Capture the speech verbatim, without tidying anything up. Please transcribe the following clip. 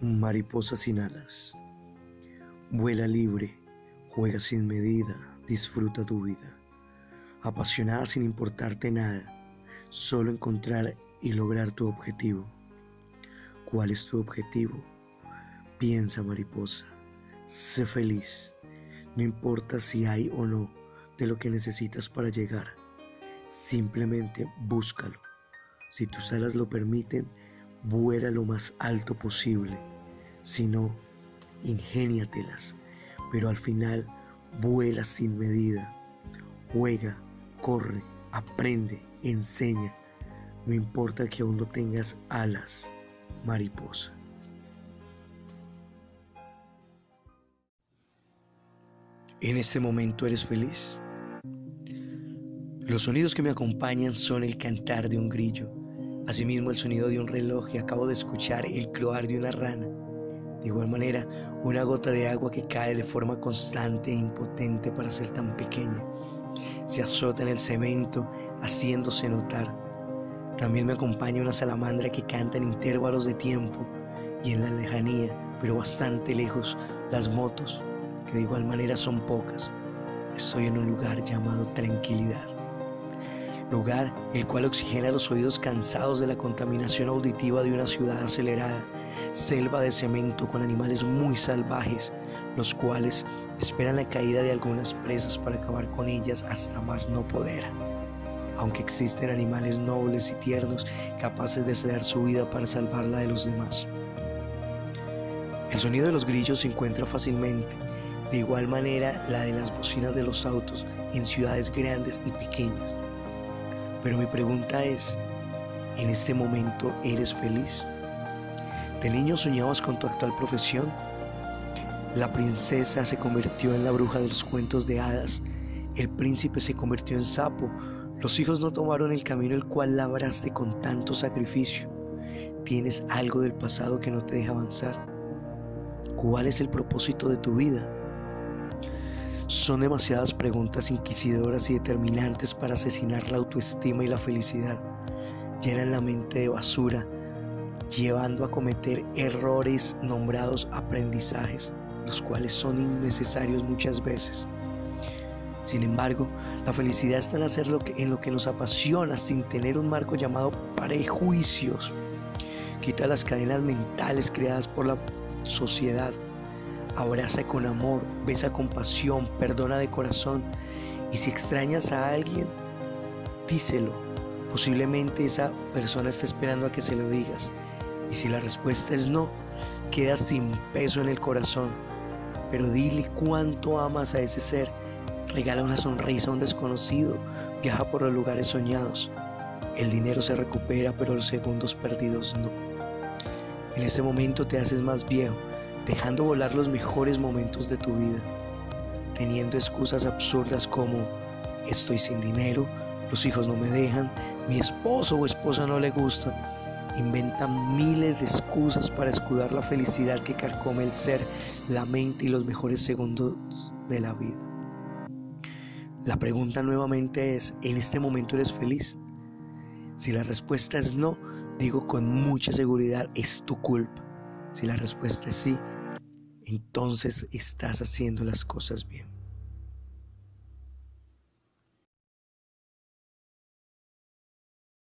Mariposa sin alas, vuela libre, juega sin medida, disfruta tu vida. Apasionada sin importarte nada, solo encontrar y lograr tu objetivo. ¿Cuál es tu objetivo? Piensa, mariposa, sé feliz, no importa si hay o no de lo que necesitas para llegar, simplemente búscalo. Si tus alas lo permiten, vuela lo más alto posible. Si no, ingéniatelas, pero al final vuela sin medida. Juega, corre, aprende, enseña. No importa que aún no tengas alas, mariposa. ¿En este momento eres feliz? Los sonidos que me acompañan son el cantar de un grillo, asimismo el sonido de un reloj y acabo de escuchar el croar de una rana. De igual manera, una gota de agua que cae de forma constante e impotente para ser tan pequeña. Se azota en el cemento, haciéndose notar. También me acompaña una salamandra que canta en intervalos de tiempo y en la lejanía, pero bastante lejos, las motos, que de igual manera son pocas. Estoy en un lugar llamado tranquilidad. Lugar el cual oxigena los oídos cansados de la contaminación auditiva de una ciudad acelerada, selva de cemento con animales muy salvajes, los cuales esperan la caída de algunas presas para acabar con ellas hasta más no poder. Aunque existen animales nobles y tiernos capaces de ceder su vida para salvarla de los demás. El sonido de los grillos se encuentra fácilmente, de igual manera la de las bocinas de los autos en ciudades grandes y pequeñas. Pero mi pregunta es, ¿en este momento eres feliz? ¿De niño soñabas con tu actual profesión? La princesa se convirtió en la bruja de los cuentos de hadas, el príncipe se convirtió en sapo, los hijos no tomaron el camino el cual labraste con tanto sacrificio. ¿Tienes algo del pasado que no te deja avanzar? ¿Cuál es el propósito de tu vida? Son demasiadas preguntas inquisidoras y determinantes para asesinar la autoestima y la felicidad. Llenan la mente de basura, llevando a cometer errores nombrados aprendizajes, los cuales son innecesarios muchas veces. Sin embargo, la felicidad está en hacer lo que, en lo que nos apasiona sin tener un marco llamado prejuicios. Quita las cadenas mentales creadas por la sociedad. Abraza con amor, besa con pasión, perdona de corazón. Y si extrañas a alguien, díselo. Posiblemente esa persona está esperando a que se lo digas. Y si la respuesta es no, quedas sin peso en el corazón. Pero dile cuánto amas a ese ser. Regala una sonrisa a un desconocido. Viaja por los lugares soñados. El dinero se recupera, pero los segundos perdidos no. En este momento te haces más viejo, dejando volar los mejores momentos de tu vida, teniendo excusas absurdas como estoy sin dinero, los hijos no me dejan, mi esposo o esposa no le gusta. Inventa miles de excusas para escudar la felicidad que carcome el ser, la mente y los mejores segundos de la vida. La pregunta nuevamente es, ¿en este momento eres feliz? Si la respuesta es no, digo con mucha seguridad, es tu culpa. Si la respuesta es sí, entonces estás haciendo las cosas bien.